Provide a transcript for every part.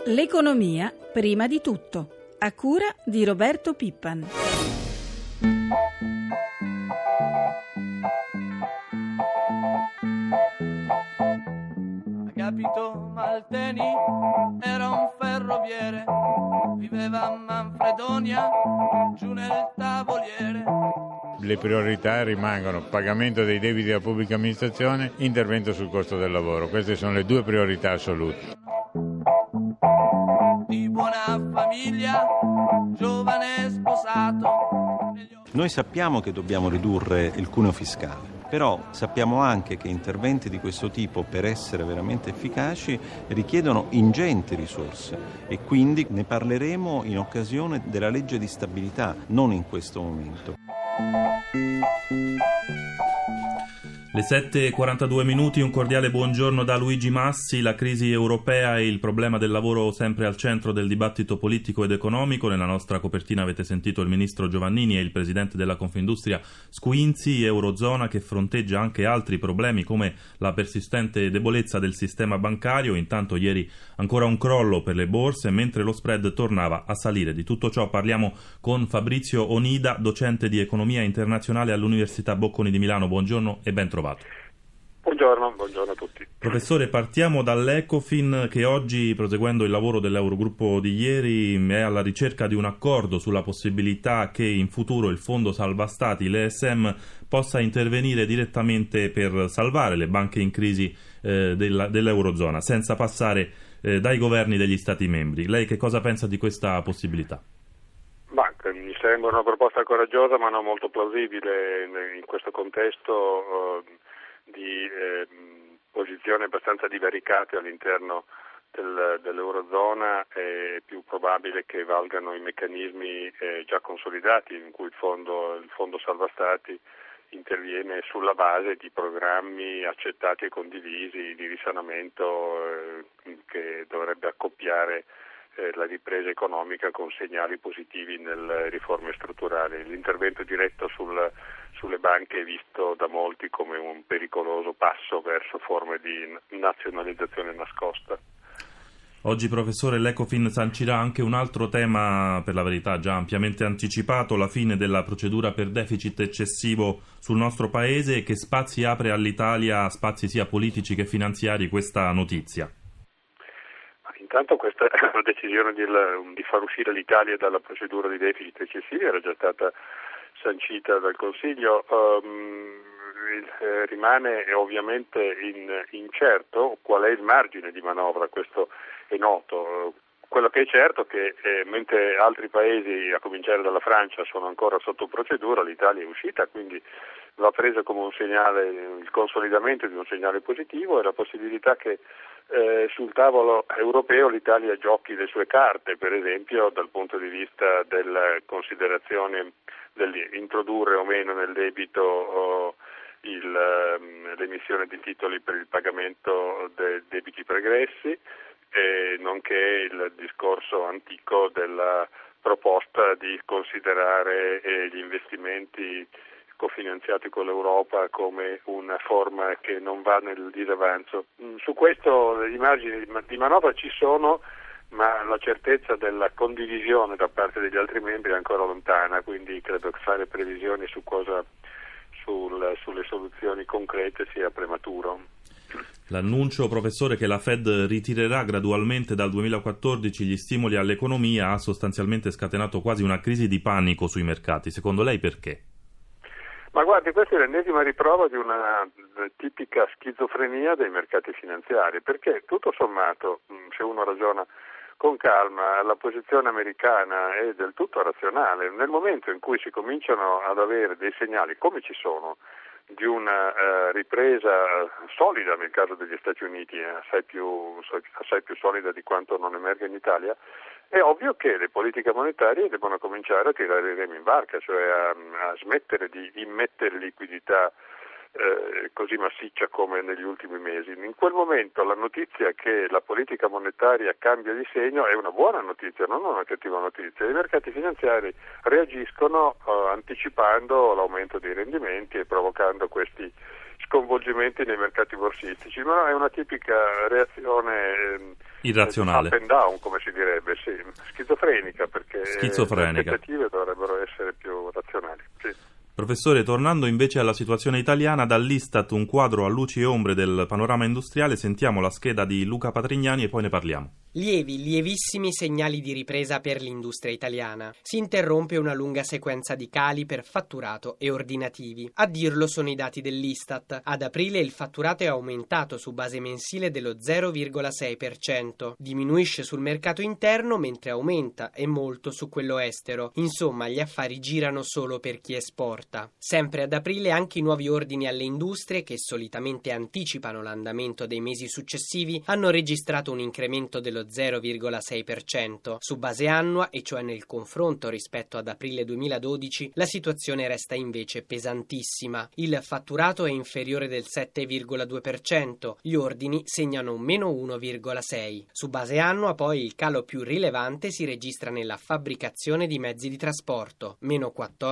L'economia prima di tutto, a cura di Roberto Pippan. Agapito Malteni era un ferroviere, viveva a Manfredonia, giù nel Tavoliere. Le priorità rimangono pagamento dei debiti della pubblica amministrazione, intervento sul costo del lavoro. Queste sono le due priorità assolute. Di buona famiglia, giovane sposato. Noi sappiamo che dobbiamo ridurre il cuneo fiscale, però sappiamo anche che interventi di questo tipo, per essere veramente efficaci, richiedono ingenti risorse e quindi ne parleremo in occasione della legge di stabilità, non in questo momento. Le 7:42, un cordiale buongiorno da Luigi Massi. La crisi europea e il problema del lavoro sempre al centro del dibattito politico ed economico. Nella nostra copertina avete sentito il ministro Giovannini e il presidente della Confindustria Squinzi. Eurozona che fronteggia anche altri problemi come la persistente debolezza del sistema bancario. Intanto ieri ancora un crollo per le borse mentre lo spread tornava a salire. Di tutto ciò parliamo con Fabrizio Onida, docente di economia internazionale all'Università Bocconi di Milano. Buongiorno e ben trovato. Buongiorno a tutti. Professore, partiamo dall'Ecofin che oggi, proseguendo il lavoro dell'Eurogruppo di ieri, è alla ricerca di un accordo sulla possibilità che in futuro il Fondo Salva Stati, l'ESM, possa intervenire direttamente per salvare le banche in crisi dell'Eurozona, senza passare dai governi degli Stati membri. Lei che cosa pensa di questa possibilità? Mi sembra una proposta coraggiosa ma non molto plausibile in questo contesto di posizioni abbastanza divaricate all'interno dell'Eurozona. È più probabile che valgano i meccanismi già consolidati in cui il fondo Salva Stati interviene sulla base di programmi accettati e condivisi di risanamento che dovrebbe accoppiare la ripresa economica con segnali positivi nelle riforme strutturali. L'intervento diretto sulle banche è visto da molti come un pericoloso passo verso forme di nazionalizzazione nascosta. Oggi, professore, l'Ecofin sancirà anche un altro tema, per la verità già ampiamente anticipato, la fine della procedura per deficit eccessivo sul nostro Paese. Che spazi apre all'Italia, spazi sia politici che finanziari, questa notizia? Intanto questa decisione di far uscire l'Italia dalla procedura di deficit eccessivi era già stata sancita dal Consiglio. Rimane ovviamente incerto qual è il margine di manovra, questo è noto. Quello che è certo è che mentre altri paesi, a cominciare dalla Francia, sono ancora sotto procedura, l'Italia è uscita, quindi va preso come un segnale, il consolidamento di un segnale positivo e la possibilità che sul tavolo europeo l'Italia giochi le sue carte, per esempio dal punto di vista della considerazione dell'introdurre o meno nel debito l'emissione di titoli per il pagamento dei debiti pregressi, nonché il discorso antico della proposta di considerare gli investimenti cofinanziati con l'Europa come una forma che non va nel disavanzo. Su questo i margini di manovra ci sono, ma la certezza della condivisione da parte degli altri membri è ancora lontana, quindi credo che fare previsioni sulle soluzioni concrete sia prematuro. L'annuncio, professore, che la Fed ritirerà gradualmente dal 2014 gli stimoli all'economia ha sostanzialmente scatenato quasi una crisi di panico sui mercati. Secondo lei perché? Ma guardi, questa è l'ennesima riprova di una tipica schizofrenia dei mercati finanziari, perché tutto sommato, se uno ragiona con calma, la posizione americana è del tutto razionale. Nel momento in cui si cominciano ad avere dei segnali, come ci sono, di una ripresa solida nel caso degli Stati Uniti, assai più solida di quanto non emerga in Italia, è ovvio che le politiche monetarie devono cominciare a tirare i remi in barca, cioè a smettere di immettere liquidità così massiccia come negli ultimi mesi. In quel momento la notizia che la politica monetaria cambia di segno è una buona notizia, non una cattiva notizia. I mercati finanziari reagiscono anticipando l'aumento dei rendimenti e provocando questi sconvolgimenti nei mercati borsistici, ma è una tipica reazione irrazionale, up and down, come schizofrenica, perché le aspettative dovrebbero essere più razionali. Sì. Professore, tornando invece alla situazione italiana, dall'Istat un quadro a luci e ombre del panorama industriale, sentiamo la scheda di Luca Patrignani e poi ne parliamo. Lievissimi segnali di ripresa per l'industria italiana. Si interrompe una lunga sequenza di cali per fatturato e ordinativi. A dirlo sono i dati dell'Istat. Ad aprile il fatturato è aumentato su base mensile dello 0,6%. Diminuisce sul mercato interno mentre aumenta e molto su quello estero. Insomma, gli affari girano solo per chi esporta. Sempre ad aprile anche i nuovi ordini alle industrie, che solitamente anticipano l'andamento dei mesi successivi, hanno registrato un incremento dello 0,6%. Su base annua, e cioè nel confronto rispetto ad aprile 2012, la situazione resta invece pesantissima. Il fatturato è inferiore del 7,2%, gli ordini segnano un meno 1,6%. Su base annua poi il calo più rilevante si registra nella fabbricazione di mezzi di trasporto, meno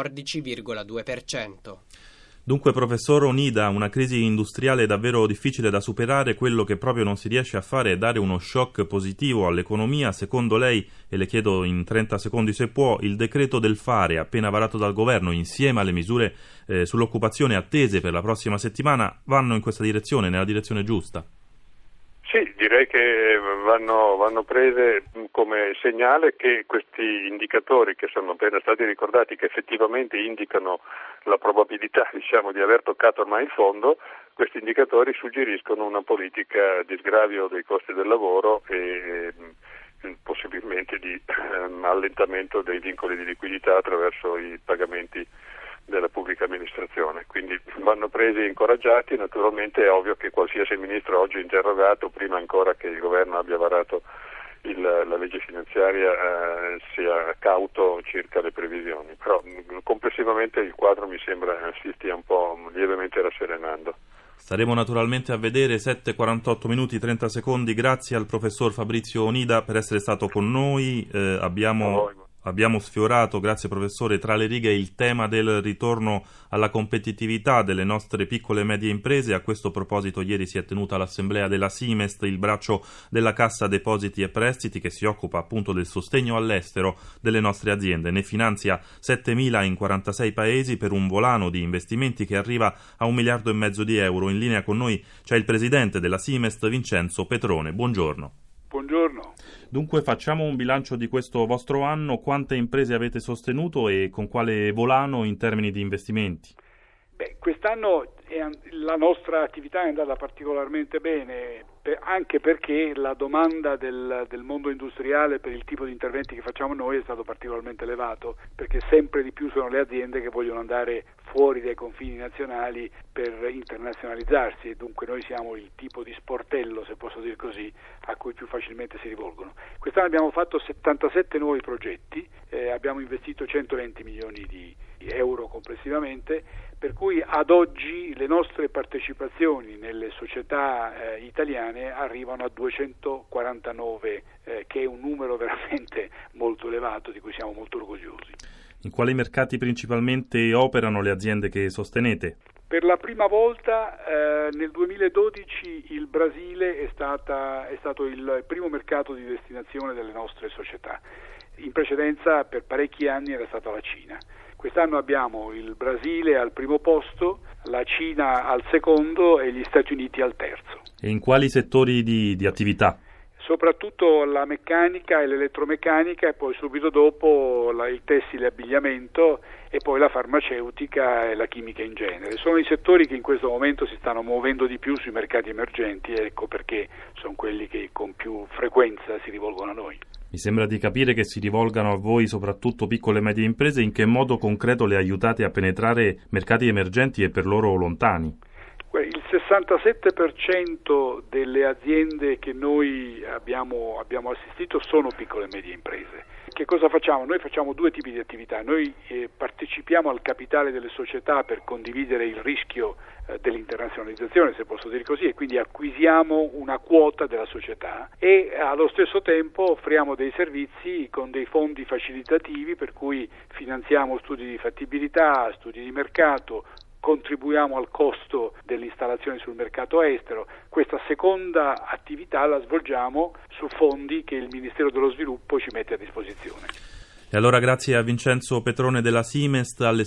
14,2%. Dunque, professor Onida, una crisi industriale davvero difficile da superare. Quello che proprio non si riesce a fare è dare uno shock positivo all'economia. Secondo lei, e le chiedo in 30 secondi se può, il decreto del fare appena varato dal governo insieme alle misure sull'occupazione attese per la prossima settimana vanno in questa direzione, nella direzione giusta? Sì, direi che vanno prese come segnale che questi indicatori che sono appena stati ricordati, che effettivamente indicano la probabilità, di aver toccato ormai il fondo, questi indicatori suggeriscono una politica di sgravio dei costi del lavoro e possibilmente di allentamento dei vincoli di liquidità attraverso i pagamenti della pubblica amministrazione, quindi vanno presi e incoraggiati. Naturalmente è ovvio che qualsiasi ministro oggi interrogato, prima ancora che il governo abbia varato la legge finanziaria, sia cauto circa le previsioni, però complessivamente il quadro mi sembra si stia un po' lievemente rasserenando. Staremo naturalmente a vedere. 7:48 minuti 30 secondi. Grazie al professor Fabrizio Onida per essere stato con noi. Abbiamo sfiorato, grazie professore, tra le righe il tema del ritorno alla competitività delle nostre piccole e medie imprese. A questo proposito ieri si è tenuta l'assemblea della Simest, il braccio della Cassa Depositi e Prestiti che si occupa appunto del sostegno all'estero delle nostre aziende. Ne finanzia 7.000 in 46 paesi per un volano di investimenti che arriva a 1,5 miliardi di euro. In linea con noi c'è il presidente della Simest, Vincenzo Petrone. Buongiorno. Buongiorno. Dunque facciamo un bilancio di questo vostro anno. Quante imprese avete sostenuto e con quale volano in termini di investimenti? Quest'anno la nostra attività è andata particolarmente bene, anche perché la domanda del mondo industriale per il tipo di interventi che facciamo noi è stato particolarmente elevato, perché sempre di più sono le aziende che vogliono andare fuori dai confini nazionali per internazionalizzarsi, e dunque noi siamo il tipo di sportello, se posso dire così, a cui più facilmente si rivolgono. Quest'anno abbiamo fatto 77 nuovi progetti, abbiamo investito 120 milioni di euro complessivamente, per cui ad oggi le nostre partecipazioni nelle società italiane arrivano a 249, che è un numero veramente molto elevato, di cui siamo molto orgogliosi. In quali mercati principalmente operano le aziende che sostenete? Per la prima volta nel 2012 il Brasile è stato il primo mercato di destinazione delle nostre società. In precedenza per parecchi anni era stata la Cina. Quest'anno abbiamo il Brasile al primo posto, la Cina al secondo e gli Stati Uniti al terzo. E in quali settori di attività? Soprattutto la meccanica e l'elettromeccanica, e poi subito dopo il tessile e abbigliamento, e poi la farmaceutica e la chimica in genere. Sono i settori che in questo momento si stanno muovendo di più sui mercati emergenti, ecco perché sono quelli che con più frequenza si rivolgono a noi. Mi sembra di capire che si rivolgano a voi soprattutto piccole e medie imprese. In che modo concreto le aiutate a penetrare mercati emergenti e per loro lontani? Il 67% delle aziende che noi abbiamo assistito sono piccole e medie imprese. Che cosa facciamo? Noi facciamo due tipi di attività. Noi partecipiamo al capitale delle società per condividere il rischio dell'internazionalizzazione, se posso dire così, e quindi acquisiamo una quota della società e allo stesso tempo offriamo dei servizi con dei fondi facilitativi, per cui finanziamo studi di fattibilità, studi di mercato, contribuiamo al costo dell'installazione sul mercato estero. Questa seconda attività la svolgiamo su fondi che il Ministero dello Sviluppo ci mette a disposizione. E allora grazie a Vincenzo Petrone della Simest, alle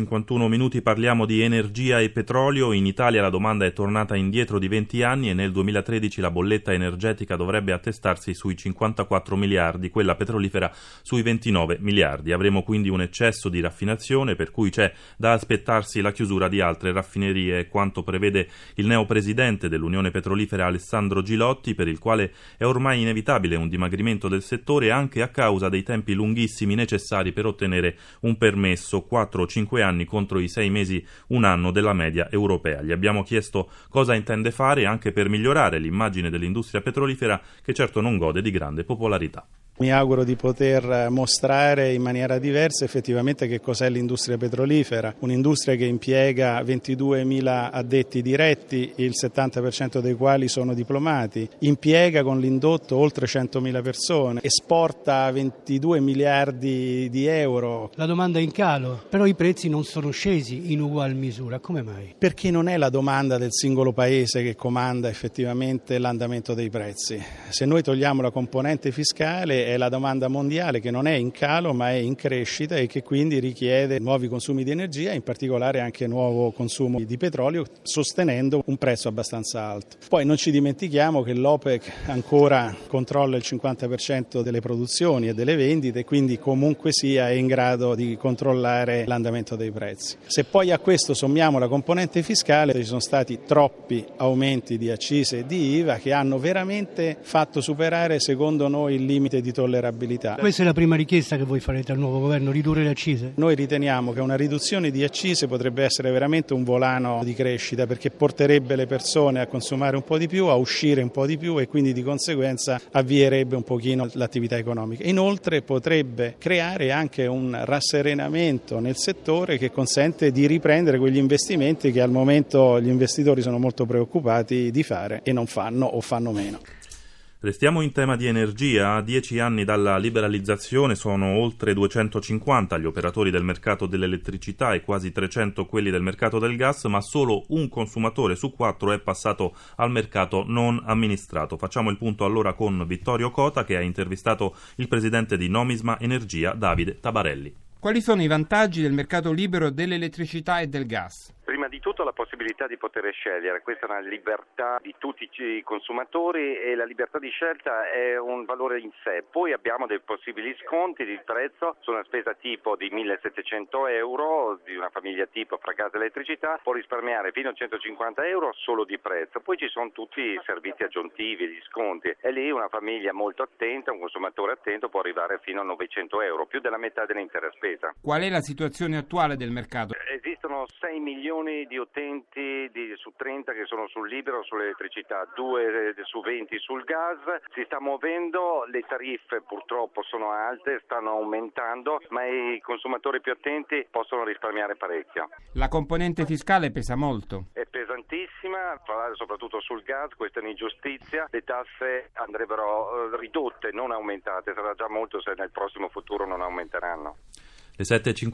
7:51 parliamo di energia e petrolio. In Italia la domanda è tornata indietro di 20 anni e nel 2013 la bolletta energetica dovrebbe attestarsi sui 54 miliardi, quella petrolifera sui 29 miliardi. Avremo quindi un eccesso di raffinazione, per cui c'è da aspettarsi la chiusura di altre raffinerie, quanto prevede il neopresidente dell'Unione Petrolifera Alessandro Gilotti, per il quale è ormai inevitabile un dimagrimento del settore anche a causa dei tempi lunghissimi necessari per ottenere un permesso, 4 o 5 anni contro i 6 mesi, un anno della media europea. Gli abbiamo chiesto cosa intende fare anche per migliorare l'immagine dell'industria petrolifera, che certo non gode di grande popolarità. Mi auguro di poter mostrare in maniera diversa effettivamente che cos'è l'industria petrolifera, un'industria che impiega 22.000 addetti diretti, il 70% dei quali sono diplomati, impiega con l'indotto oltre 100.000 persone, esporta 22 miliardi di euro. La domanda è in calo, però i prezzi non sono scesi in ugual misura, come mai? Perché non è la domanda del singolo paese che comanda effettivamente l'andamento dei prezzi. Se noi togliamo la componente fiscale, è la domanda mondiale che non è in calo ma è in crescita e che quindi richiede nuovi consumi di energia, in particolare anche nuovo consumo di petrolio, sostenendo un prezzo abbastanza alto. Poi non ci dimentichiamo che l'OPEC ancora controlla il 50% delle produzioni e delle vendite, quindi comunque sia è in grado di controllare l'andamento dei prezzi. Se poi a questo sommiamo la componente fiscale, ci sono stati troppi aumenti di accise e di IVA che hanno veramente fatto superare, secondo noi, il limite di tollerabilità. Questa è la prima richiesta che voi farete al nuovo governo, ridurre le accise? Noi riteniamo che una riduzione di accise potrebbe essere veramente un volano di crescita, perché porterebbe le persone a consumare un po' di più, a uscire un po' di più e quindi di conseguenza avvierebbe un pochino l'attività economica. Inoltre potrebbe creare anche un rasserenamento nel settore che consente di riprendere quegli investimenti che al momento gli investitori sono molto preoccupati di fare e non fanno o fanno meno. Restiamo in tema di energia. A 10 anni dalla liberalizzazione sono oltre 250 gli operatori del mercato dell'elettricità e quasi 300 quelli del mercato del gas, ma solo un consumatore su 4 è passato al mercato non amministrato. Facciamo il punto allora con Vittorio Cota, che ha intervistato il presidente di Nomisma Energia, Davide Tabarelli. Quali sono i vantaggi del mercato libero dell'elettricità e del gas? Prima di tutto la possibilità di poter scegliere, questa è una libertà di tutti i consumatori e la libertà di scelta è un valore in sé. Poi abbiamo dei possibili sconti di prezzo su una spesa tipo di 1.700 euro, di una famiglia tipo fra gas e elettricità, può risparmiare fino a 150 euro solo di prezzo. Poi ci sono tutti i servizi aggiuntivi, gli sconti, e lì una famiglia molto attenta, un consumatore attento può arrivare fino a 900 euro, più della metà dell'intera spesa. Qual è la situazione attuale del mercato? Esistono 6 milioni di utenti su 30 che sono sul libero sull'elettricità, 2 su 20 sul gas. Si sta muovendo, le tariffe purtroppo sono alte, stanno aumentando, ma i consumatori più attenti possono risparmiare parecchio. La componente fiscale pesa molto. È pesantissima, soprattutto sul gas, questa è un'ingiustizia. Le tasse andrebbero ridotte, non aumentate, sarà già molto se nel prossimo futuro non aumenteranno. Le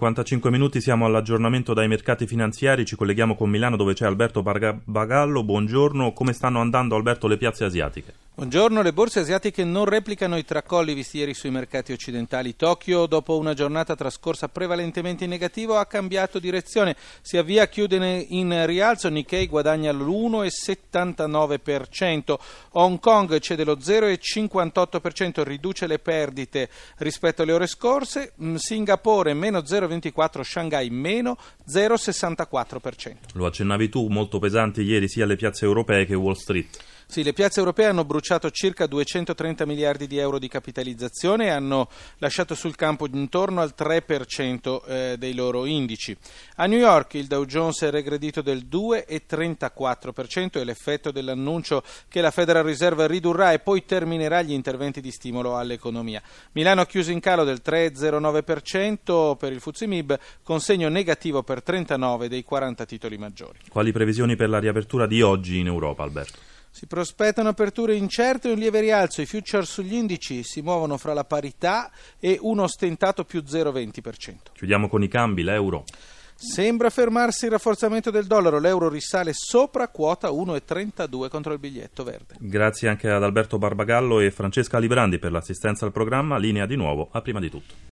7:55 siamo all'aggiornamento dai mercati finanziari, ci colleghiamo con Milano dove c'è Alberto Bagallo. Buongiorno, come stanno andando, Alberto, le piazze asiatiche? Buongiorno, le borse asiatiche non replicano i tracolli visti ieri sui mercati occidentali. Tokyo, dopo una giornata trascorsa prevalentemente in negativo, ha cambiato direzione, si avvia a chiudere in rialzo, Nikkei guadagna l'1,79%, Hong Kong cede lo 0,58%, riduce le perdite rispetto alle ore scorse, Singapore meno 0,24%, Shanghai meno 0,64%. Lo accennavi tu, molto pesanti ieri sia le piazze europee che Wall Street. Sì, le piazze europee hanno bruciato circa 230 miliardi di euro di capitalizzazione e hanno lasciato sul campo intorno al 3% dei loro indici. A New York il Dow Jones è regredito del 2,34% e l'effetto dell'annuncio che la Federal Reserve ridurrà e poi terminerà gli interventi di stimolo all'economia. Milano ha chiuso in calo del 3,09% per il FTSE MIB, con segno negativo per 39 dei 40 titoli maggiori. Quali previsioni per la riapertura di oggi in Europa, Alberto? Si prospettano aperture incerte e un lieve rialzo. I futures sugli indici si muovono fra la parità e un ostentato più 0,20%. Chiudiamo con i cambi, l'euro. Sembra fermarsi il rafforzamento del dollaro, l'euro risale sopra quota 1,32 contro il biglietto verde. Grazie anche ad Alberto Barbagallo e Francesca Librandi per l'assistenza al programma. Linea di nuovo a Prima di Tutto.